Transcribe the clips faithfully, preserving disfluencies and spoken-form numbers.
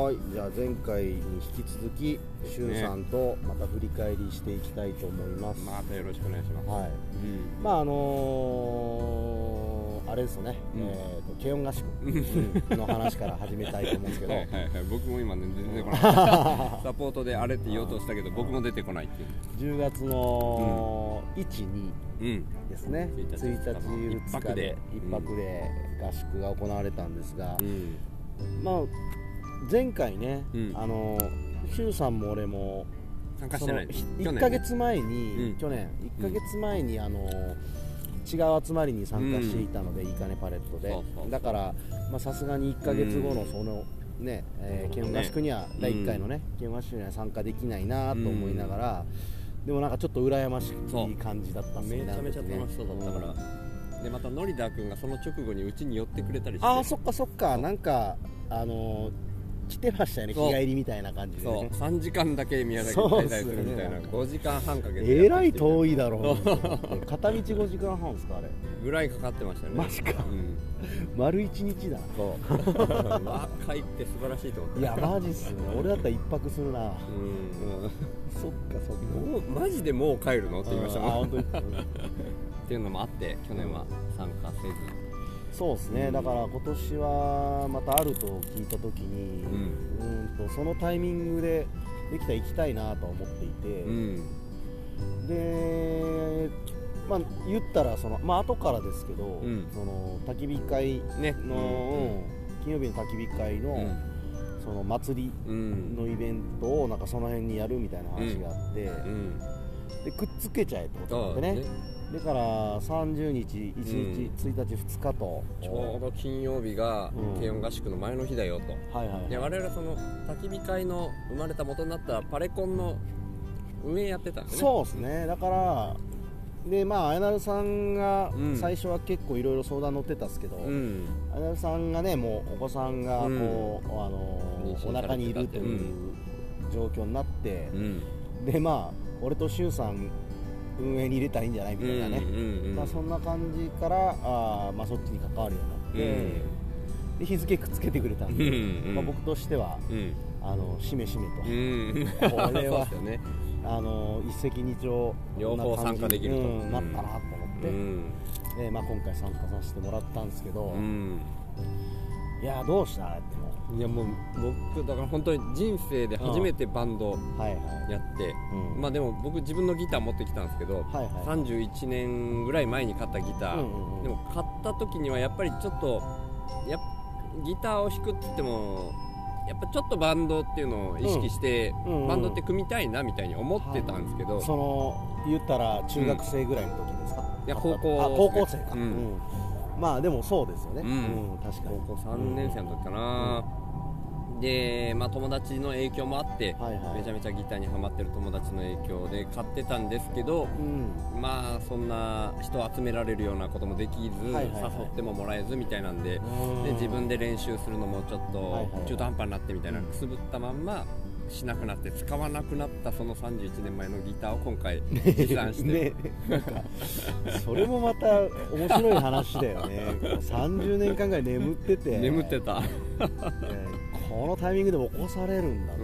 はい、じゃあ前回に引き続きしゅんさんとまた振り返りしていきたいと思います。 またよろしくお願いします。 はい、うん、まああのー、あれですね、うん、えーと軽音合宿の話から始めたいと思うんですけどはいはい、はい、僕も今ね出てこないサポートであれって言おうとしたけど僕も出てこないっていうじゅうがつのいち、にですね、うん、ついたちふつかでいっぱくで合宿が行われたんですが、うん、まあ前回ね、うん、あのしゅうさんも俺も参加してないです。 いっかげつまえに、去年いっかげつまえにあの違う集まりに参加していたので、うん、いいかねパレットで、そうそうそう、だからさすがにいっかげつごのそのね、えー、軽音合宿にはだいいっかいのね軽音合宿には参加できないなと思いながら、うん、でもなんかちょっと羨ましい感じだったんですね。 めちゃめちゃ楽しそうだったから、うん、でまたノリダー君がその直後にうちに寄ってくれたりして、 ああそっかそっか、なんかあのー来てましたよね、日帰りみたいな感じで、ね、 そうさんじかんだけ宮崎に滞在するみたいな、ね、ごじかんはんかけてえらい遠いだろう片道ごじかんはんですかあれぐらいかかってましたね。 マジか、うん、丸いちにちだ。 そう若いって素晴らしいと思って。 いやマジっすね、俺だったら一泊するな。うん、うん、そっかそっか、 もうマジでもう帰るのって言いましたもん。あ本当に、うん、っていうのもあって去年は参加せず。 そうですね、うん、だから今年はまたあると聞いたときに、うん、うんとそのタイミングでできたら行きたいなとは思っていて、うん、で、まあ、言ったらその、まあ後からですけど、うん、その焚き火会の、ね、うん、金曜日の焚き火会の、うん、その祭りのイベントをなんかその辺にやるみたいな話があって、うん、でくっつけちゃえってことなんでね。だからさんじゅうにち、いちにち、ついたち、ふつかとちょうど金曜日が軽音合宿の前の日だよと、うん、はいはいはい、で我々その焚き火会の生まれた元になったパレコンの運営やってたんですね。 そうですね、だからでまああやなるさんが最初は結構いろいろ相談乗ってたんですけど、うん、あやなるさんがねもうお子さんがこう、うん、あのお腹にいるという状況になって、うん、でまあ俺としゅうさん運営に入れたらいいんじゃないみたいなね、まあそんな感じからあ、まあ、そっちに関わるようになって、うん、で日付くっつけてくれたんで、うんうん、まあ、僕としては、うん、あのしめしめと、うん、これはね、あの一石二鳥両方参加できると、 うん、なったなと思って、うん、でまあ、今回参加させてもらったんですけど、うん、いやどうしたってもいやもう僕だから本当に人生で初めてバンドやって、うん、まあでも僕自分のギター持ってきたんですけど、はいはい、さんじゅういちねんぐらい前に買ったギター、うんうんうん、でも買った時にはやっぱりちょっとやギターを弾くって言ってもやっぱちょっとバンドっていうのを意識して、うんうんうん、バンドって組みたいなみたいに思ってたんですけど、 はい、その言ったら中学生ぐらいの時ですか、 うん、いや高校、 あ高校生か、うんうん、まあでもそうですよね、うんうん、確かに高校さんねん生の時かな、うん、で、まあ、友達の影響もあって、はいはい、めちゃめちゃギターにハマってる友達の影響で買ってたんですけど、うん、まあそんな人を集められるようなこともできず、はいはいはい、誘ってももらえずみたいなんで、で自分で練習するのもちょっと中途半端になってみたいな、くすぶったまんましなくなって使わなくなったそのさんじゅういちねんまえのギターを今回持参して、ね、 なんかそれもまた面白い話だよねさんじゅうねんかんぐらい眠ってて眠ってたこのタイミングで起こされるんだって、うん、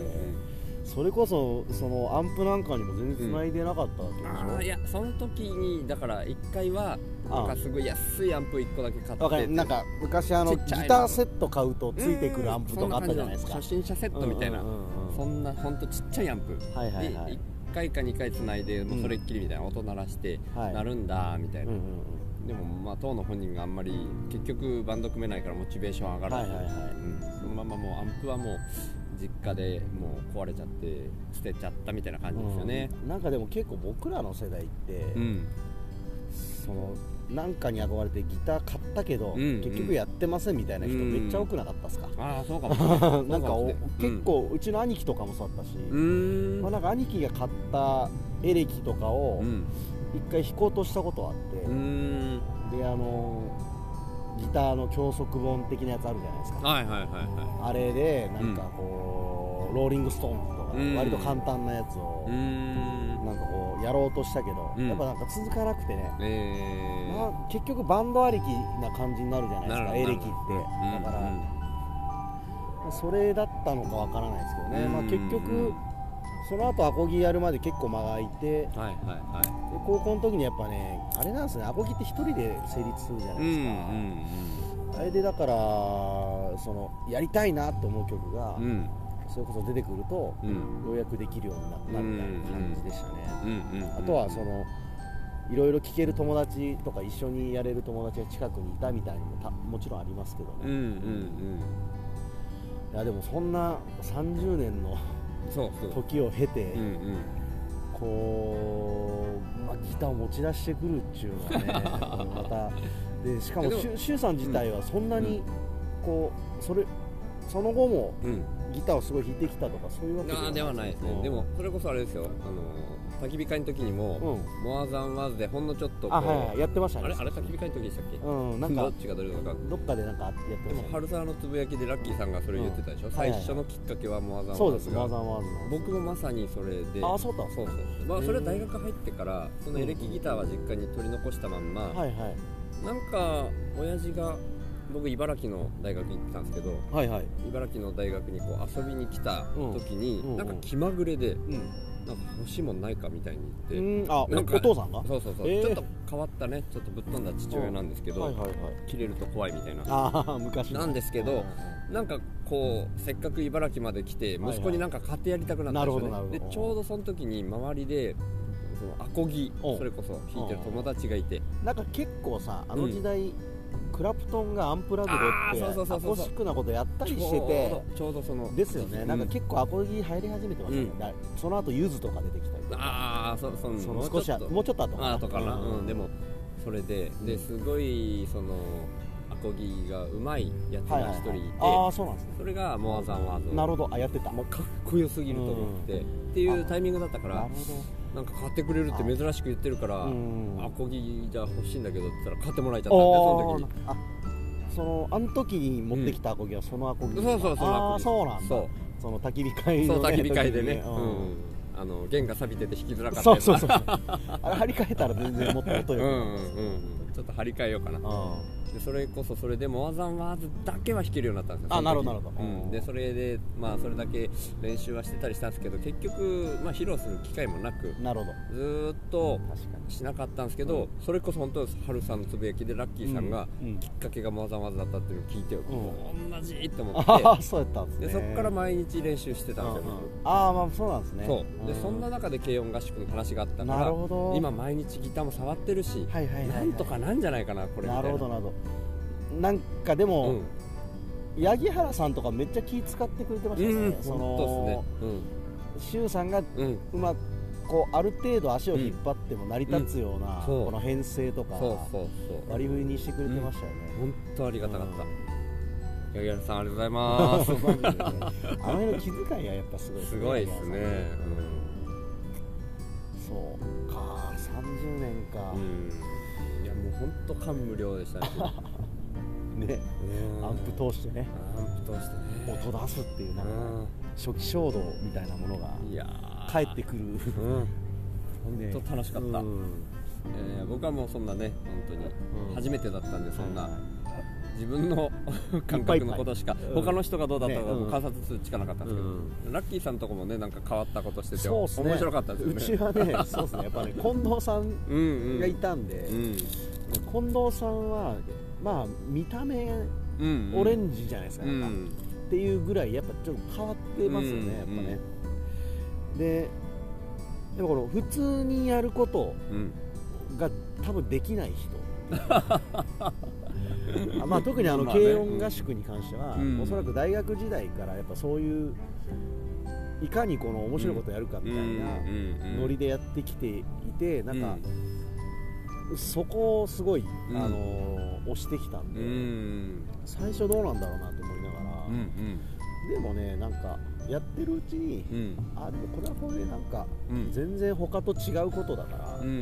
それこそそのアンプなんかにも全然繋いでなかったわけでしょ、うん、 あいやその時にだからいっかいはなんかすごい安いアンプいっこだけ買ってて、 なんか昔あのギターセット買うとついてくるアンプとかあったじゃないですか、 初心者セットみたいな、うんうんうんうん、そんなほんとちっちゃいアンプ、はいはいはい、でいっかいかにかい繋いでもうそれっきりみたいな、音鳴らして鳴るんだみたいな、はい、うんうんうん、でもまあ当の本人があんまり結局バンド組めないからモチベーション上がらず、はいはいはい、うん、そのままもうアンプはもう実家でもう壊れちゃって捨てちゃったみたいな感じですよね、 うん、なんかでも結構僕らの世代って、うん、そのなんかに憧れてギター買ったけど、うんうん、結局やってませんみたいな人めっちゃ多くなかったですか、うん、 ああそうかもしれないなんかお、うん、結構うちの兄貴とかもそうだったし、うん、まあ、なんか兄貴が買ったエレキとかを一回弾こうとしたことあって、うん、であのギターの教則本的なやつあるじゃないですか、はいはいはいはい、あれでなんかこう、うん、ローリングストーンズとか、うん、割と簡単なやつを、うん、なんかこうやろうとしたけど、うん、やっぱなんか続かなくてね、えーまあ、結局バンドありきな感じになるじゃないですかエレキって、だから、うん、 それだったのかわからないですけどね、まあ、結局その後アコギやるまで結構間が空いて、はいはいはい、で高校の時にやっぱねあれなんですね、アコギって一人で成立するじゃないですか、うんうんうん、あれでだからそのやりたいなと思う曲が、うん、それこそ出てくると、うん、ようやくできるようになったみたいな感じでしたね、うんうんうん、あとはそのいろいろ聴ける友達とか一緒にやれる友達が近くにいたみたいにもたもちろんありますけどね、うんうんうん、いやでもそんなさんじゅうねんのそうそう時を経て、うんうん、こう、まあ、ギターを持ち出してくるっていうのはねまたでしかもシュウさん自体はそんなにこうそれその後もギターをすごい弾いてきたとかそういうわけではないですね。でもそれこそあれですよ、あの焚き火会の時にも、うん、モアザンワーズでほんのちょっとこう、あ、はいはい、 やってましたね。 あれあれ焚き火会の時でしたっけ？ うん、なんかどっちがどれだかどっかでなんかやってました、ね。 でも春沢のつぶやきでラッキーさんがそれ言ってたでしょ。うん、最初のきっかけはモアザンワーズが。 そうです。モアザンワーズ。 僕もまさにそれで。 あ、そうだ。 そうそう。まあそれは大学入ってからそのエレキギターは実家に取り残したまんま。はいはい。なんか親父が僕茨城の大学行ってたんですけど、はいはい、茨城の大学にこう遊びに来た時に、うん、なんか気まぐれで、うん、なんか欲しいもんないかみたいに言って、 うん、あ、なんかお父さんがそうそうそう、えー、ちょっと変わったね、ちょっとぶっ飛んだ父親なんですけど、はいはいはい、切れると怖いみたいなあ昔なんですけど、なんかこうせっかく茨城まで来て息子になんか買ってやりたくなったんですよね、はいはい、でちょうどその時に周りでそのアコギそれこそ弾いてる友達がいて、 なんか結構さあの時代、うんクラプトンがアンプラグドってアコースティックなことやったりしててちょうどそのですよね、うん、なんか結構アコギ入り始めてましたね、うん、その後ユズとか出てきたりとかああそそその少しもうちょっと後かな後かな、うんうん、でもそれでですごいそのアコギがうまいやつが一人いて、はいはいはい、 あそうなんですね、 それがモアザンワーズなるほどあやってた、 まあ、かっこよすぎると思って、うん、っていうタイミングだったからなるほどなんか買ってくれるって珍しく言ってるからアコギじゃ欲しいんだけどって言ったら買ってもらえちゃったんでその時にあそのあの時に持ってきたアコギはそのアコギ、うん、 そうそうそうあそうなんだそうその焚き火会の、ね、 そう焚き火会でね、うん、あの弦が錆びてて弾きづらかったそうそうそうあれ張り替えたら全然もっと音よくなる、うんうん、 ちょっと張り替えようかなでそれこそそれでモアザンワーズだけは弾けるようになったんですよ。 あなるほどなるほど、 うん、でそれでまあそれだけ練習はしてたりしたんですけど結局まあ披露する機会もなくなるほどずっとしなかったんですけど、うん、それこそ本当春さんのつぶやきでラッキーさんがきっかけがモアザンワーズだったっていうのを聞いて、うん、同じって思ってあそうやったんですね。 でそこから毎日練習してたんですよ、 うん、ああまあそうなんですね。 そうで、うん、そんな中で軽音合宿の話があったから今毎日ギターも触ってるし、はいはいはいはい、なんとかなんじゃないかなこれみたいな。 なるほどなるほど。なんかでも、うん、八木原さんとかめっちゃ気使ってくれてましたね、うん、その周、うん、さんがうまくこうある程度足を引っ張っても成り立つような、うん、この編成とか割り振りにしてくれてましたよね。 本当ありがたかった、八木原さんありがとうございますね、 あの辺の気遣いがやっぱすごいすごいですね、 そうかさんじゅうねんか、 いやもう本当感無量でしたねね、アンプ通してねアンプ通してね音出すっていうなんか初期衝動みたいなものが返ってくる、うん、 本当楽しかった、うんえー、僕はもうそんなね本当に初めてだったんで、うん、そんな自分の感覚のことしか他の人がどうだったか観察するしかなかったんですけど、うん、ラッキーさんとこもねなんか変わったことしてて、ね、面白かったですよね。 うちはねそうですねやっぱね近藤さんがいたんで、うんうん、近藤さんはまあ見た目オレンジじゃないですか、うんうん、なんかっていうぐらいやっぱちょっと変わってますよね、うんうん、やっぱね。ででもこの普通にやることが多分できない人まあ特にあの軽音合宿に関しては、うん、おそらく大学時代からやっぱそういういかにこの面白いことをやるかみたいなノリでやってきていてなんか、うん、そこをすごい、うん、あの押してきたんで、うん、最初どうなんだろうなと思いながら、うんうん、でもねなんかやってるうちに、うん、あでもこれはこれでなんか、うん、全然他と違うことだから、うんうん、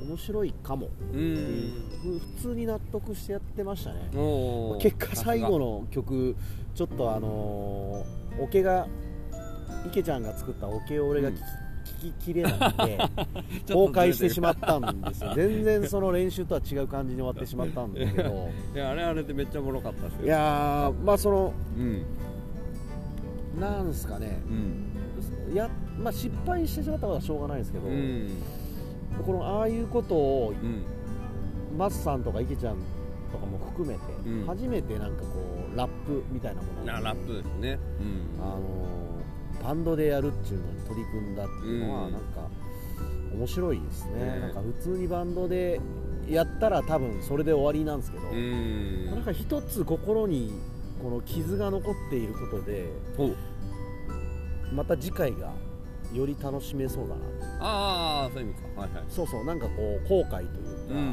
面白いかもっていう、うん、普通に納得してやってましたね。結果最後の曲ちょっとあのー、オケが池ちゃんが作ったオケを俺が聞き、うん聞ききれなくて崩壊してしまったんですよ全然その練習とは違う感じに終わってしまったんだけどいやあれあれでめっちゃおもろかったですよ。 いやまあその、うん、 なんすかね、うん、やまあ、失敗してしまったことはしょうがないですけど、うん、このああいうことを、うん、マスさんとか池ちゃんとかも含めて、うん、初めてなんかこうラップみたいなものを、 ラップですね、 うん、あのバンドでやるっていうのに取り組んだっていうのはなんか面白いですね、うん、なんか普通にバンドでやったら多分それで終わりなんですけど、うん、なんか一つ心にこの傷が残っていることでまた次回がより楽しめそうだな。 ああ、そういう意味か、はいはい、 そうそう、なんかこう後悔というか、うんうんうん、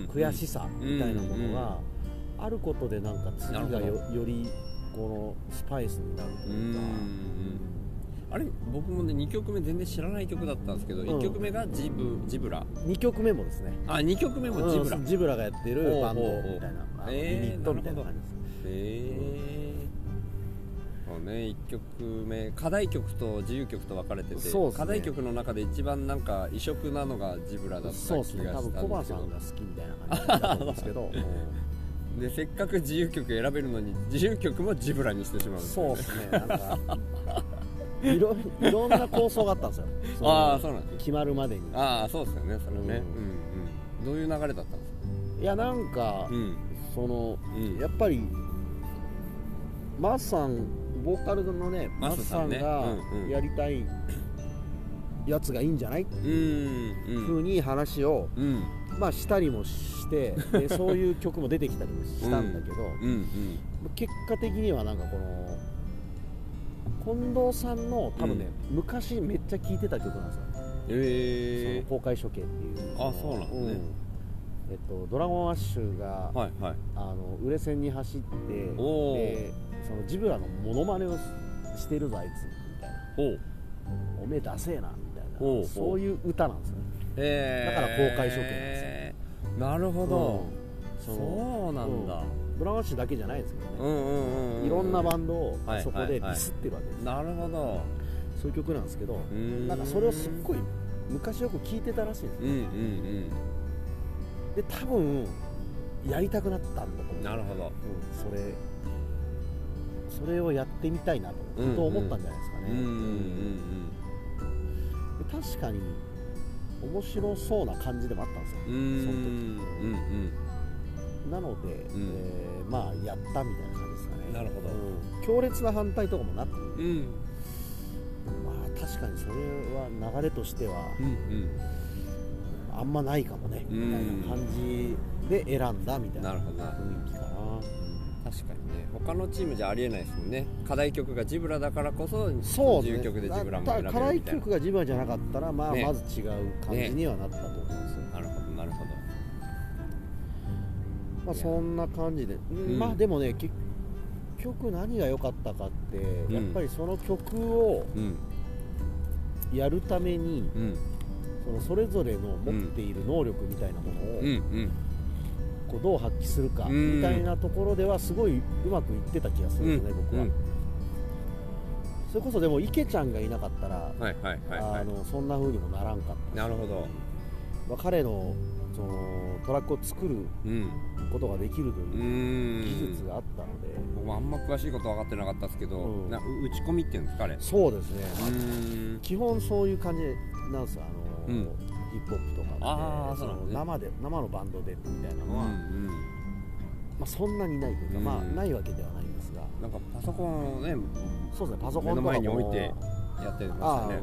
悔しさみたいなものがあることでなんか次が よ, よりこのスパイスになるというか、うんうん、 あれ僕もねにきょくめ全然知らない曲だったんですけど、うん、いっきょくめがジブジブラ、 にきょくめもですね。 あ、にきょくめもジブラ、うん、 ジブラがやってるバンドみたいな、ユニットみたいな感じです。 へー、そうね、いっきょくめ課題曲と自由曲と分かれてて、ね、課題曲の中で一番なんか異色なのがジブラだった気がしたんですけど、そうですね、多分コバさんが好きみたいな感じだと思うんですけどでせっかく自由曲選べるのに自由曲もジブラにしてしまうんですよね。 そうですね、なんかいろいろんな構想があったんですよ。 ああ、そうなんです。 決まるまでに。 ああ、そうですよね、それね、うんうんうん、どういう流れだったんですか。 いや、なんか、うん、その、うん、やっぱりマスさん、ボーカルのね、マスさんがやりたいやつがいいんじゃないっていうふうに話を、うん、まあしたりもしてでそういう曲も出てきたりもしたんだけど、うんうんうん、結果的にはなんかこの近藤さんの多分ね、うん、昔めっちゃ聴いてた曲なんですよ、えー、その公開処刑っていう。 あ、そうなんですね、うん、 えっと、ドラゴンアッシュが、はいはい、あの売れ線に走ってでそのジブラのモノマネをしてるぞあいつみたいな、おめえダセえなみたいな、そういう歌なんですよね、えー、だから公開処刑なんですよ。 なるほど、うん、そうなんだ、 うん、ドラゴンアッシュだけじゃないですけどね、うんうんうんうん、いろんなバンドをあそこでディスってるわけです、 はいはいはい、なるほど、 そういう曲なんですけど、なんかそれをすっごい昔よく聴いてたらしいんですよ、うんうんうん、で多分やりたくなったんだと思う。 なるほど、うん、 それそれをやってみたいなと、うんうん、と思ったんじゃないですかね、うんうんうんうん、で確かに面白そうな感じでもあったんですよ、うん、その時、うんうん、なので、うん、えー、まあやったみたいな感じですかね。 なるほど、 うん、強烈な反対とかもなく、うん、まあ確かにそれは流れとしては、うんうん、あんまないかもね、うん、みたいな感じで選んだみたいな雰囲気かな。 確かにね、他のチームじゃありえないですもんね。課題曲がジブラだからこそ、 そう自由曲でジブラも選べるみたいな。 課題曲がジブラじゃなかったら、まあ、ね、まず違う感じにはなったと思うんですよ、ね、 なるほどなるほど。 まあそんな感じで、うん、まあでもね、結局何が良かったかって、うん、やっぱりその曲をやるために、うん、そのそれぞれの持っている能力みたいなものを、うんうんこうどう発揮するかみたいなところではすごいうまくいってた気がするんですね、うん、僕は、うん、それこそでも池ちゃんがいなかったら、はいはいはいはい、あのそんな風にもならんかった。 なるほど、 まあ、彼のそのトラックを作ることができるという技術があったので、 僕もあんま詳しいこと分かってなかったですけど、うん、な打ち込みっていうんですかね。 そうですね、まあ、基本そういう感じなんですよ、あの、うん、ヒップホップとかってあその生で生のバンドでみたいなのは、うんうんまあ、そんなにないというか、うんまあ、ないわけではないんですが、 なんかパソコンをね、 そうですね、パソコンとかも目の前に置いてやってましたね。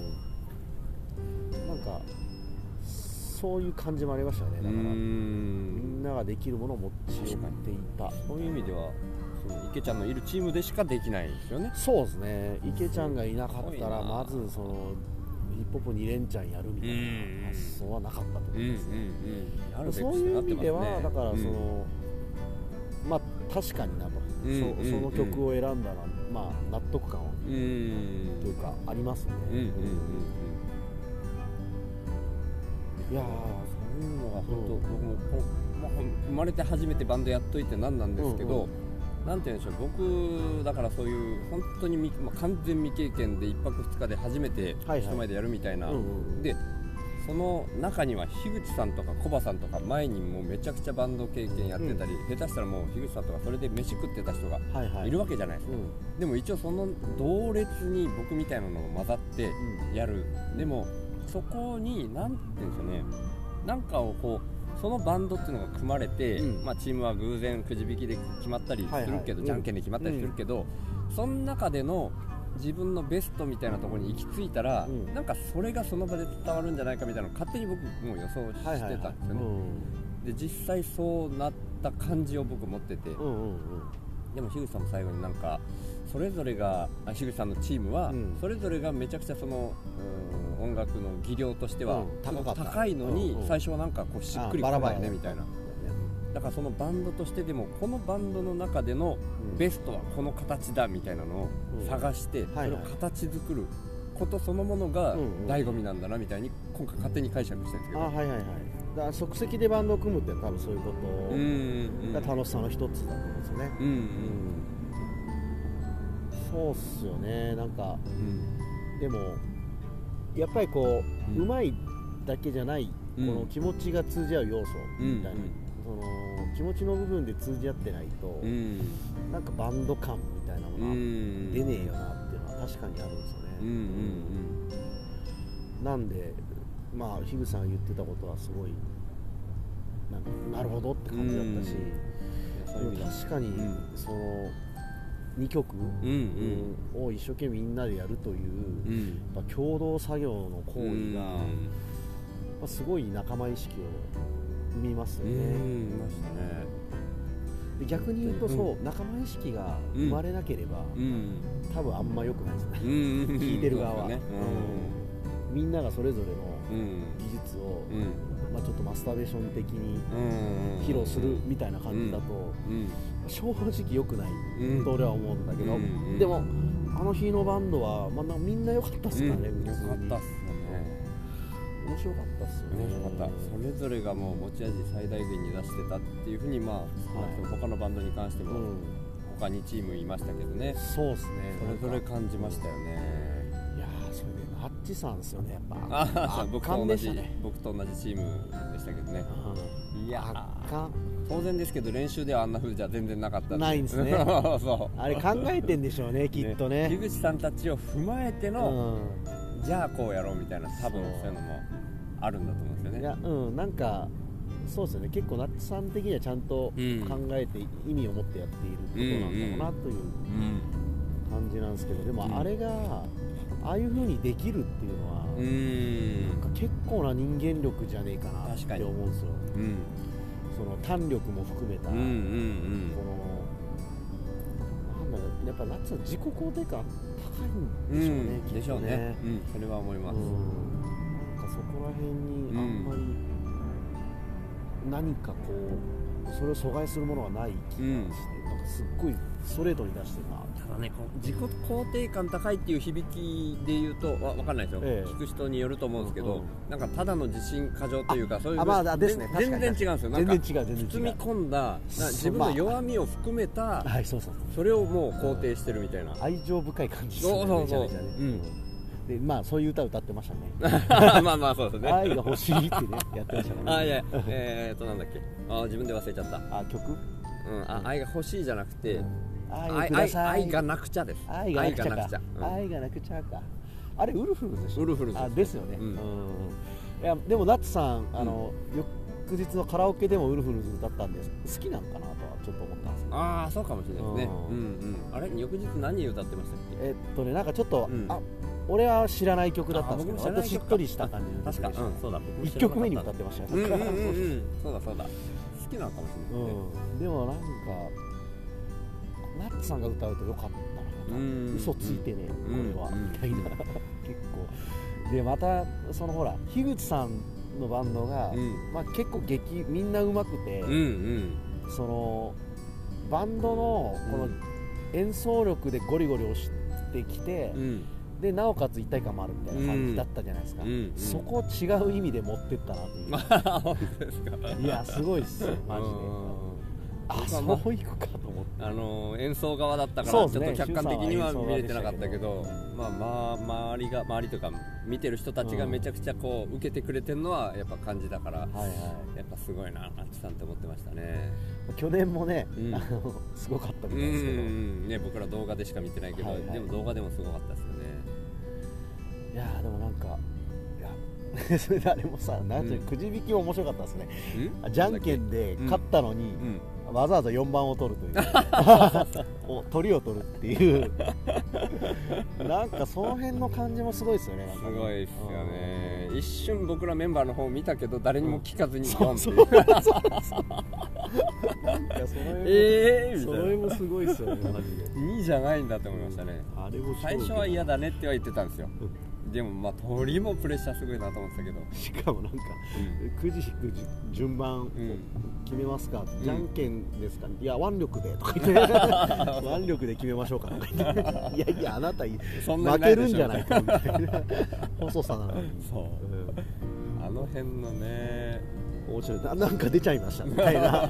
うん、なんかそういう感じもありましたね。だからみんなができるものを持ち寄っていた。 そういう意味ではその池ちゃんのいるチームでしかできないですよね。 そうですね、池ちゃんがいなかったらまずそのヒップホップに連チャンやるみたいな発想はなかったと思いますね。そういう意味ではだからその、うん、まあ確かになと、うん、そ, その曲を選んだらまあ納得感はというかありますね。 いやーそういうのが本当、うん、僕もこう生まれて初めてバンドやっといてなんなんですけど、うんうんなんて言うんでしょう、僕だからそういう本当に、まあ、完全未経験でいっぱくふつかで初めて人前でやるみたいな、はいはいうんうん、でそその中には樋口さんとかコバさんとか前にもめちゃくちゃバンド経験やってたり、うん、下手したらもう樋口さんとかそれで飯食ってた人がいるわけじゃないですか、はいはい、でも一応その同列に僕みたいなのを混ざってやる、うん、でもそこに何て言うんですかね、なんかをこうそのバンドっていうのが組まれて、うん、まあ、チームは偶然くじ引きで決まったりするけど、はいはい、じゃんけんで決まったりするけど、うん、その中での自分のベストみたいなところに行き着いたら、うん、なんかそれがその場で伝わるんじゃないかみたいなのを勝手に僕もう予想してたんですよね、はいはいはい、で実際そうなった感じを僕持ってて、うんうんうん、でも樋口さんも最後になんかそれぞれが樋口さんのチームは、うん、それぞれがめちゃくちゃその、うん、音楽の技量としては、うん、高かった、高いのに、うんうん、最初はなんかこうしっくりこないねみたいな、だからそのバンドとしてでもこのバンドの中でのベストはこの形だみたいなのを探して、うん、それを形作ることそのものが醍醐味なんだなみたいに今回勝手に解釈してるんですけど、あ、はいはいはい、 だから即席でバンドを組むって多分そういうことが楽しさの一つだと思うんですよね、うんうん、そうっすよね。なんか、うん、でもやっぱりこう、うん、上手いだけじゃない、うん、この気持ちが通じ合う要素みたいな、うんうん、その気持ちの部分で通じ合ってないと、うん、なんかバンド感みたいなものは出ねえよなっていうのは確かにあるんですよね、うんうんうん、なんでまあ樋口さんが言ってたことはすごい な, なるほどって感じだったし、うん、確かにそのにきょく、うんうん、を一生懸命みんなでやるという、うん、やっぱ共同作業の行為が、うん、まあ、すごい仲間意識を生みますよね。うん、見ましたね。で逆に言うとそう、うん、仲間意識が生まれなければ、うん、多分あんま良くないですね、うん、聞いてる側は、ね、うん、みんながそれぞれの技術を、うん、まあ、ちょっとマスターベーション的に披露するみたいな感じだと、うんうん、正直良くないと俺は思うんだけど、うん、でもあの日のバンドは、まあ、みんな良かったっすからね、うん、良かったっすよね。面白かったっすよね。面白かった。それぞれがもう持ち味最大限に出してたっていうふうに、まあ、はい、他のバンドに関しても、うん、他にチームいましたけどね。そうっすね。それぞれ感じましたよね。いやー、それでナッチさんですよね、やっぱ。あ僕と同じ、ね、僕と同じチームでしたけどね。いやー、当然ですけど練習ではあんな風じゃ全然なかったんで。ないんですね。そうあれ考えてんでしょうね、きっとね。樋口さんたちを踏まえての、うん、じゃあこうやろうみたいな、多分そういうのもあるんだと思うんですよね。いや、うん、なんかそうですよね。結構ナッチさん的にはちゃんと考えて意味を持ってやっていることなんだろうなという感じなんですけど、でもあれがああいう風にできるっていうのは、うん、なんか結構な人間力じゃねえかなって思うんですよ。うん、その胆力も含めた、うんうんうん、このなんだろう、やっぱナッチさん自己肯定感高いんでしょうね、うん、きっとね。でしょうね、うん、それは思います。うん、なんかそこら辺にあんまり何かこうそれを阻害するものはない気がして、うん、なんかすっごいストレートに出してるな。ただね、こう自己肯定感高いっていう響きで言うとわ分かんないですよ、ええ、聞く人によると思うんですけど、うんうん、なんかただの自信過剰というか、そういう、まあですね、全然違うんですよ。なんか全然違う、全然違う、包み込んだ自分の弱みを含めた、まあ、はい、そうそうそう、それをもう肯定してるみたいな、愛情深い感じですよね。そうそうそう、めちゃめちゃね、うん、でまあそういう歌歌ってましたね。まあまあそうですね。愛が欲しいってねやってましたね。あ、いや、えーとなんだっけ、あ自分で忘れちゃった。あ、曲、うん、あ愛が欲しいじゃなくて、うん、愛, 愛, 愛がなくちゃです。愛がなくちゃか、うん、愛がなくちゃか、あれウルフルズでしょ。ウルフルズです、ね、あですよね、うん、うん、いやでもナッツさん、あの、うん、翌日のカラオケでもウルフルズ歌ったんで好きなんかなとはちょっと思ったんですけど。ああそうかもしれないですね、うんうんうん、あれ翌日何歌ってましたっけ。えっとねなんかちょっと、うん、あ俺は知らない曲だったんですけど、割としっとりした感じの曲でした。確か、うん、そうだ、いっきょくめに歌ってましたよね。うんうんうんうん、そうだそうだ、好きなのかもしれないですね、うん、でもなんかナッツさんが歌うとよかったな、嘘ついてねこれは、みたいな結構で、またそのほら樋口さんのバンドが、うん、まあ、結構激みんな上手くて、うんうん、そのバンドのこの演奏力でゴリゴリ押してきて、うん、でなおかつ一体感もあるみたいな感じだったじゃないですか、うんうんうん、そこを違う意味で持ってったなという。本当ですか。いやすごいっすよマジで。 あ、そういうかと思って、 あの演奏側だったから、ね、ちょっと客観的には見れてなかったけど、まあまあ周りが周りというか見てる人たちがめちゃくちゃこう受けてくれてるのはやっぱ感じだから、うんはいはい、やっぱすごいなあっちさんって思ってましたね。 去年もね、うん、あのすごかったみたいですけど、うん、 ね、僕ら動画でしか見てないけど、はいはい、でも動画でもすごかったですよね。 いやでもなんかいやそれであれもさ、なんていうくじ引きも面白かったですね、うん、じゃんけんで勝ったのに、うんうん、わざわざよんばんを取るというお鳥を取るっていうなんかその辺の感じもすごいですよね。 すごいですよね、うん、一瞬僕らメンバーの方を見たけど誰にも聞かずに読んで、うん、そうそうそうそうなんかその辺も、えー、それもすごいですよね。マジでにいじゃないんだって思いましたね。あれも最初は嫌だねっては言ってたんですよ、うん、でもまあ鳥もプレッシャーすごいなと思ってたけど、 しかもなんか、うん、くじ引く順番決めますか、うん、じゃんけんですか、いや腕力でとか言って腕力で決めましょうかとか言っていやいやあなた負けるんじゃないかみたいな細さなのにそう、 うん、あの辺のね面白い な, なんか出ちゃいましたみたいな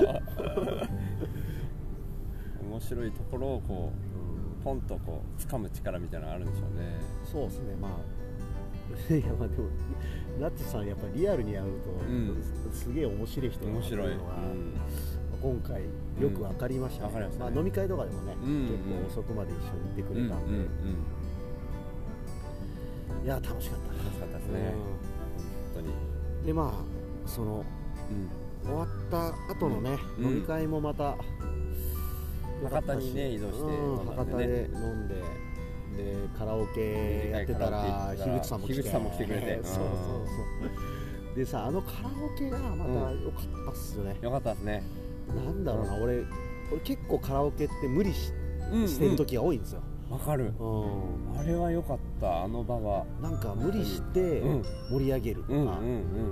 面白いところをこう、うん、ポンとこう掴む力みたいなのがあるんでしょうね。 そうですね、まあいやまあでもナッチさんやっぱりリアルにやると、うん、すげえ面白い人だなっていうのが、うん、今回よく分かりましたね、うんまねまあ、飲み会とかでもね、うんうん、結構遅くまで一緒にいてくれたんで、うんうんうん、いや楽しかった楽しかったですね、うん、本当に。 でまあその、うん、終わった後のね、うん、飲み会もまた博多にね移動して、うん、 博多で飲んで、でカラオケやってたら樋口さんも来て、 樋口さんも来てくれてそうそうそうでさ、あのカラオケがまた良かったっすよね。 良かったですね。 なんだろうな、俺俺結構カラオケって無理 し,、うんうん、してる時が多いんですよ。 わかる、うん、あれは良かった。あの場はなんか無理して盛り上げるとか、うんうんうん、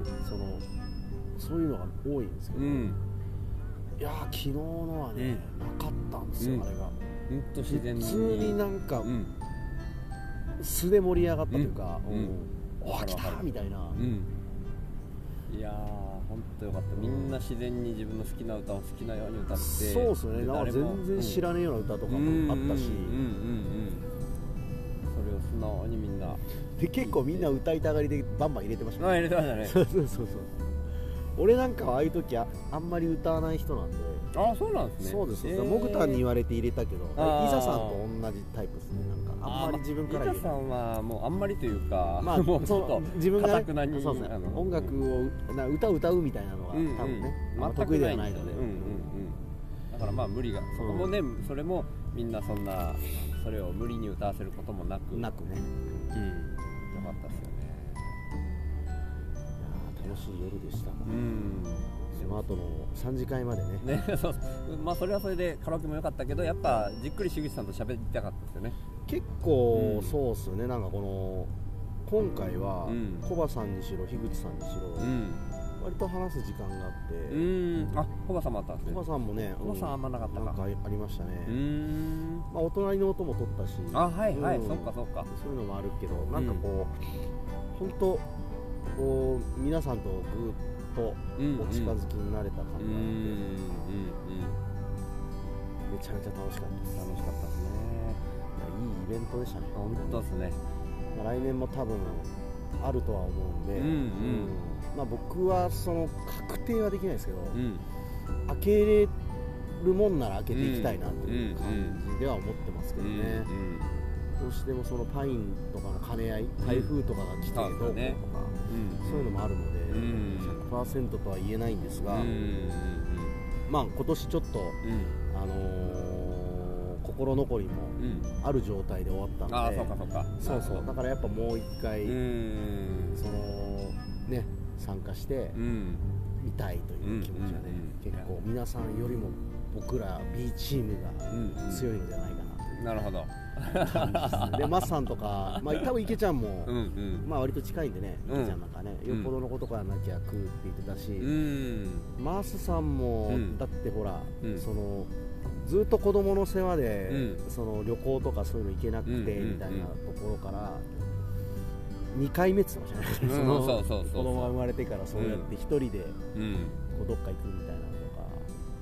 そのそういうのが多いんですけど、うん、いや昨日のはね、うん、なかったんですよ、うん、あれがうんと自然に普通になんか、うん、素で盛り上がったというか、うんうん、おー来たみたいな、うん、 いやー本当よかった。みんな自然に自分の好きな歌を好きなように歌って、 そうですね、なんか全然知らねえような歌とかもあったし、 それを素直にみんなで結構みんな歌いたがりでバンバン入れてましたね。あ入れてましたね。 そうそうそうそう。俺なんかはああいう時 あ, あんまり歌わない人なんで。 あそうなんですね。 そうです。モグタンに言われて入れたけど、イザさんと同じタイプですね。なんかあんまり自分から言う。イザさんはもうあんまりというか、 まあもうちょっと自分がね、にそうですね。音楽をな歌を歌うみたいなのが、うんうん、多分ね、まあ、得意ではないので。うんうんうん。 だからまあ無理が、そこもね、それもみんなそんなそれを無理に歌わせることもなく、 なくね。 うん。よかったですよね。 いや楽しい夜でした。うん。その後のさんじかんまでね。 ね、そうまあそれはそれでカラオケも良かったけど、やっぱじっくり樋口さんと喋りたかったですよね。 結構、うん、そうっすよね。なんかこの今回は、うん、コバさんにしろ樋口さんにしろ、うん、割と話す時間があって、うんあコバさんもあったんですね。 コバさんもね、 コバさんあんまなかったか。 なんかありましたね。うんまあお隣の音も取ったし、 あはいはい、うん、そっかそっか。 そういうのもあるけど、なんかこう、うん、本当こう皆さんとぐっとお近づきになれた感があって、うんうんうん、めちゃめちゃ楽しかったです。 楽しかったですね。 いいイベントでしたね。 本当ですね。 まあ、来年も多分あるとは思うんで、うんうんうんまあ、僕はその確定はできないですけど、うん、開けれるもんなら開けていきたいなという感じでは思ってますけどね、うんうんうんどうしてもそのパインとかの兼ね合い、台風とかが来てどうこうとか、うんねうん、そういうのもあるので、うん、ひゃくパーセント とは言えないんですが、うん、まあ今年ちょっと、うんあのー、心残りもある状態で終わったので、 あそうかそうかそうそうだからやっぱもう一回、うん、そのね参加して見たいという気持ちはね、うん、結構皆さんよりも僕ら B チームが強いのではないかなという、 なるほどでマッサンとか、まあ、多分池ちゃんも、うんうんまあ、割と近いんでね、池ちゃんなんかね、うん、よっぽどのことからなきゃ食うって言ってたし、うん、マースさんも、うん、だってほら、うん、そのずっと子供の世話で、うん、その旅行とかそういうの行けなくて、うん、みたいなところからにかいめって言ってましたね、うん、その子供が生まれてからそうやって一人でこうどっか行くみたいなのとか、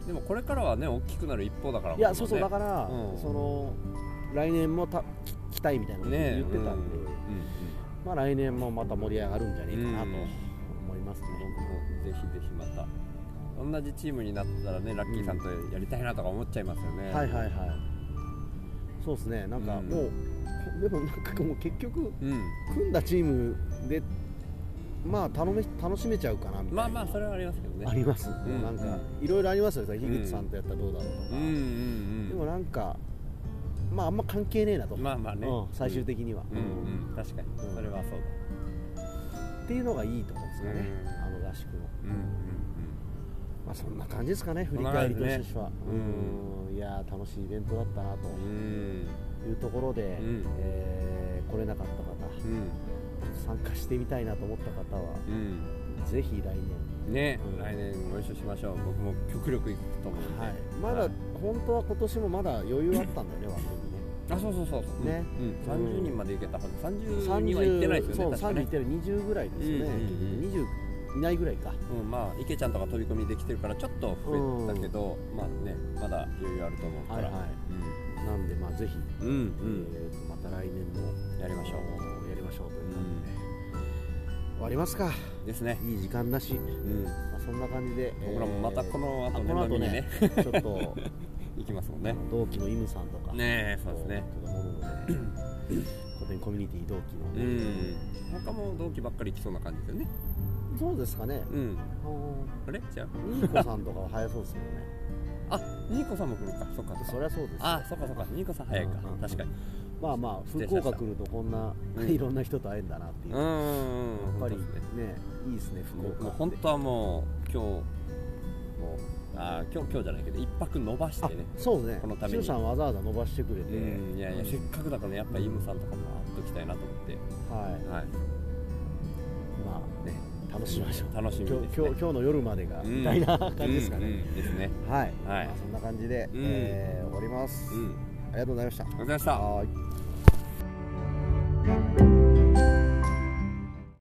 でもこれからはね大きくなる一方だから、 いやそうそうだから、うん、その来年もた期待みたいなのを言ってたんで、ねうんうん、まあ来年もまた盛り上がるんじゃないかなと思いますね。 うん、ぜひぜひまた同じチームになったらねラッキーさんとやりたいなとか思っちゃいますよね。 うん、はいはいはい。そうですね。なんかもう、うん、でもなんかもう結局、うん、組んだチームでまあ楽め楽しめちゃうかなみたいな。 まあまあそれはありますけどね。 あります。うん、なんかいろいろありますよね。樋口さんとやったらどうだろうとか。うんうんうん、でもなんかまああんま関係ねえなと。 まあまあね。 うん、最終的には。 うんうんうん、確かに、うん。それはそうだ。っていうのがいいところですよね。うん、あの合宿の。うんうんうん。まあそんな感じですかね。振り返りとしては。うん。いや楽しいイベントだったなというところで、うん、えー、来れなかった方。うん参加してみたいなと思った方は、うん、ぜひ来年ね、うん、来年ご一緒しましょう。僕も極力行くと思うんで、はい、 まだ、はい、本当は今年もまだ余裕あったんだよね枠にね。 あそうそうそうそうね、うん、さんじゅうにんまで行けたはず。さんじゅうにんは行ってないですよね。 そうさんじゅう行ってるにじゅうぐらいですよね、うんうんうん、にじゅういないぐらいか、 うん、まあ池ちゃんとか飛び込みできてるからちょっと増えたけど、うん、まあねまだ余裕あると思うから、はいはいうん、なんでまあぜひ、うんうんえー、また来年もやりましょうやりましょうという感じで、うん終わりますかですね。 いい時間だし、うんまあ、そんな感じで僕らもまたこの後ね飲みにねちょっと行きますもんね。 同期のイムさんとかねそうですねちょっと思うので古典コミュニティ同期の、ね、 うん他も同期ばっかり来そうな感じですよね。 そうですかね。うんあれじゃあニーコさんとかは早そうですけどね。 あニーコさんも来るか。そっかそりゃそうです。 あそっかそっかニーコさん早いか、うん、確かに。 まあまあ福岡来るとこんな、うん、いろんな人と会えんだなっていう、うんやっぱりねいいですね福岡。 もう本当はもう今日もうあ今日今日じゃないけど一泊伸ばしてね。 そうね。 このために。 周さんわざわざ伸ばしてくれて、 うん、いやいやせっかくだからねやっぱイムさんとかも会っときたいなと思って。はいはい。 まあね楽しみましょう。 楽しみです、ね、 今日今日の夜までが、うん、みたいな感じですかね。うんうん、 ですね。 はい。はい。まあ、そんな感じで、うん、えー、終わります。うん。ありがとうございました。ありがとうございました。はい。